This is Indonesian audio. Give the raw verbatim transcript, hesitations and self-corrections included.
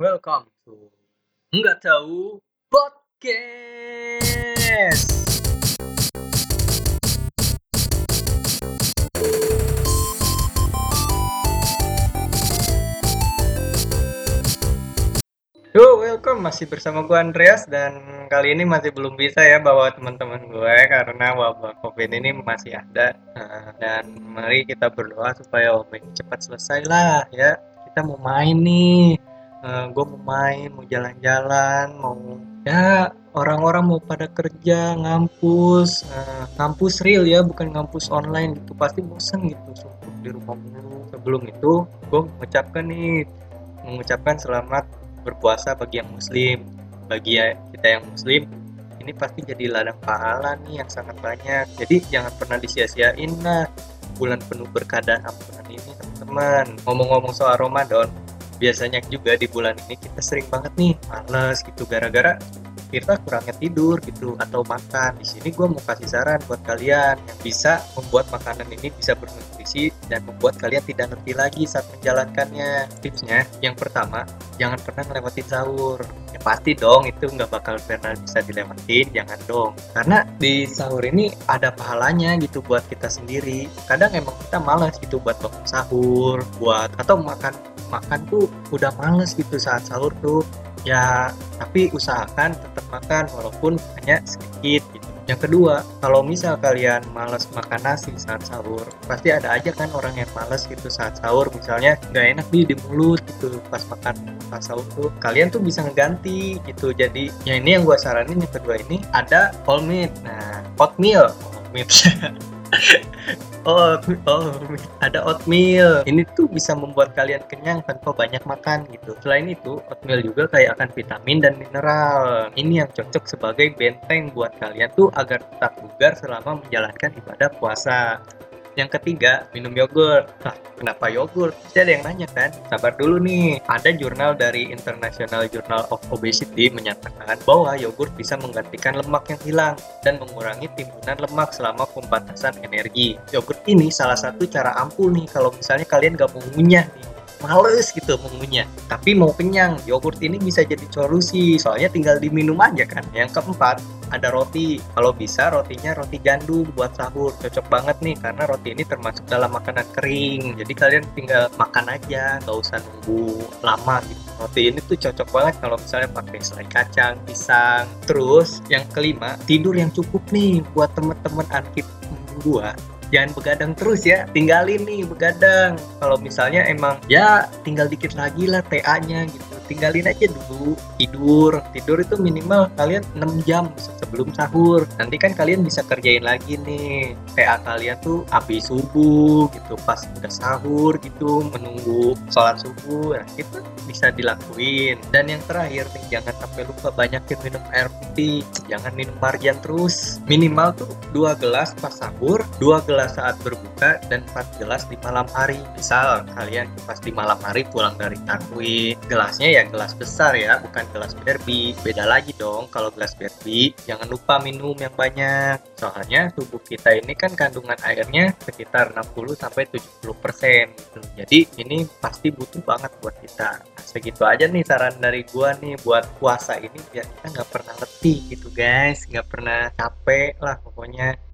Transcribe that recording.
Welcome to Nggak Tahu Podcast. Yo, welcome masih bersama gue Andreas dan kali ini masih belum bisa ya bawa teman-teman gue karena wabah COVID ini masih ada. Nah, dan mari kita berdoa supaya wabah ini cepat selesai lah ya. Kita mau main nih. Uh, gue mau main, mau jalan-jalan, mau ya orang-orang mau pada kerja, ngampus, uh, ngampus real ya, bukan ngampus online gitu. Pasti bosen gitu, suntuk di rumah mulu. Sebelum itu, gue mengucapkan nih, mengucapkan selamat berpuasa bagi yang muslim. Bagi ya, kita yang muslim ini pasti jadi ladang pahala nih yang sangat banyak. Jadi jangan pernah disia-siain lah bulan penuh berkah dan ampunan ini, teman-teman. Ngomong-ngomong soal Ramadan, biasanya juga di bulan ini kita sering banget nih males gitu gara-gara kita kurangnya tidur gitu atau makan. Di sini gue mau kasih saran buat kalian yang bisa membuat makanan ini bisa bernutrisi dan membuat kalian tidak letih lagi saat menjalankannya. Tipsnya, yang pertama, jangan pernah ngelewatin sahur. Ya pasti dong, itu nggak bakal pernah bisa dilewatin, jangan dong. Karena di sahur ini ada pahalanya gitu buat kita sendiri. Kadang emang kita malas gitu buat bangun sahur, buat atau makan makan tuh udah males gitu saat sahur tuh. Ya, tapi usahakan tetap makan walaupun hanya sedikit gitu. Yang kedua, kalau misal kalian malas makan nasi saat sahur, pasti ada aja kan orang yang malas gitu saat sahur, misalnya nggak enak nih di mulut gitu pas makan pas sahur tuh. Kalian tuh bisa ngeganti gitu. Jadi, yang ini yang gue saranin yang kedua ini ada oatmeal. Nah, oatmeal, oatmeal. Oh, oh, ada oatmeal. Ini tuh bisa membuat kalian kenyang tanpa banyak makan gitu. Selain itu, oatmeal juga kaya akan vitamin dan mineral. Ini yang cocok sebagai benteng buat kalian tuh agar tetap bugar selama menjalankan ibadah puasa. Yang ketiga, minum yogurt. Nah, kenapa yogurt? Pasti ada yang nanya kan? Sabar dulu nih. Ada jurnal dari International Journal of Obesity menyatakan bahwa yogurt bisa menggantikan lemak yang hilang dan mengurangi timbunan lemak selama pembatasan energi. Yogurt ini salah satu cara ampuh nih kalau misalnya kalian gak mau ngunyah nih. Males gitu mengunyah, tapi mau kenyang. Yogurt ini bisa jadi solusi, soalnya tinggal diminum aja kan. Yang keempat, ada roti. Kalau bisa rotinya roti gandum buat sahur, cocok banget nih karena roti ini termasuk dalam makanan kering. Jadi kalian tinggal makan aja, nggak usah nunggu lama gitu. Roti ini tuh cocok banget kalau misalnya pakai selai kacang, pisang. Terus yang kelima, tidur yang cukup nih buat temen-temen ankip gua. Jangan begadang terus ya, tinggalin nih begadang. Kalau misalnya emang ya tinggal dikit lagi lah T A-nya gitu, tinggalin aja dulu. Tidur, tidur itu minimal kalian enam jam sebelum sahur. Nanti kan kalian bisa kerjain lagi nih T A kalian tuh habis subuh gitu, pas udah sahur gitu, menunggu sholat subuh. Nah itu bisa dilakuin. Dan yang terakhir nih, jangan sampai lupa banyakin minum air putih. Jangan minum marjan terus. Minimal tuh dua gelas pas sahur, dua gelas saat berbuka, dan empat gelas di malam hari. Misal kalian pas di malam hari pulang dari tarawih, gelasnya ya gelas besar ya, bukan gelas berbi. Beda lagi dong kalau gelas berbi. Jangan lupa minum yang banyak. Soalnya tubuh kita ini kan kandungan airnya sekitar enam puluh sampai tujuh puluh persen gitu. Jadi ini pasti butuh banget buat kita. Nah, segitu aja nih saran dari gua nih buat puasa ini biar kita nggak pernah letih gitu guys, nggak pernah capek lah pokoknya.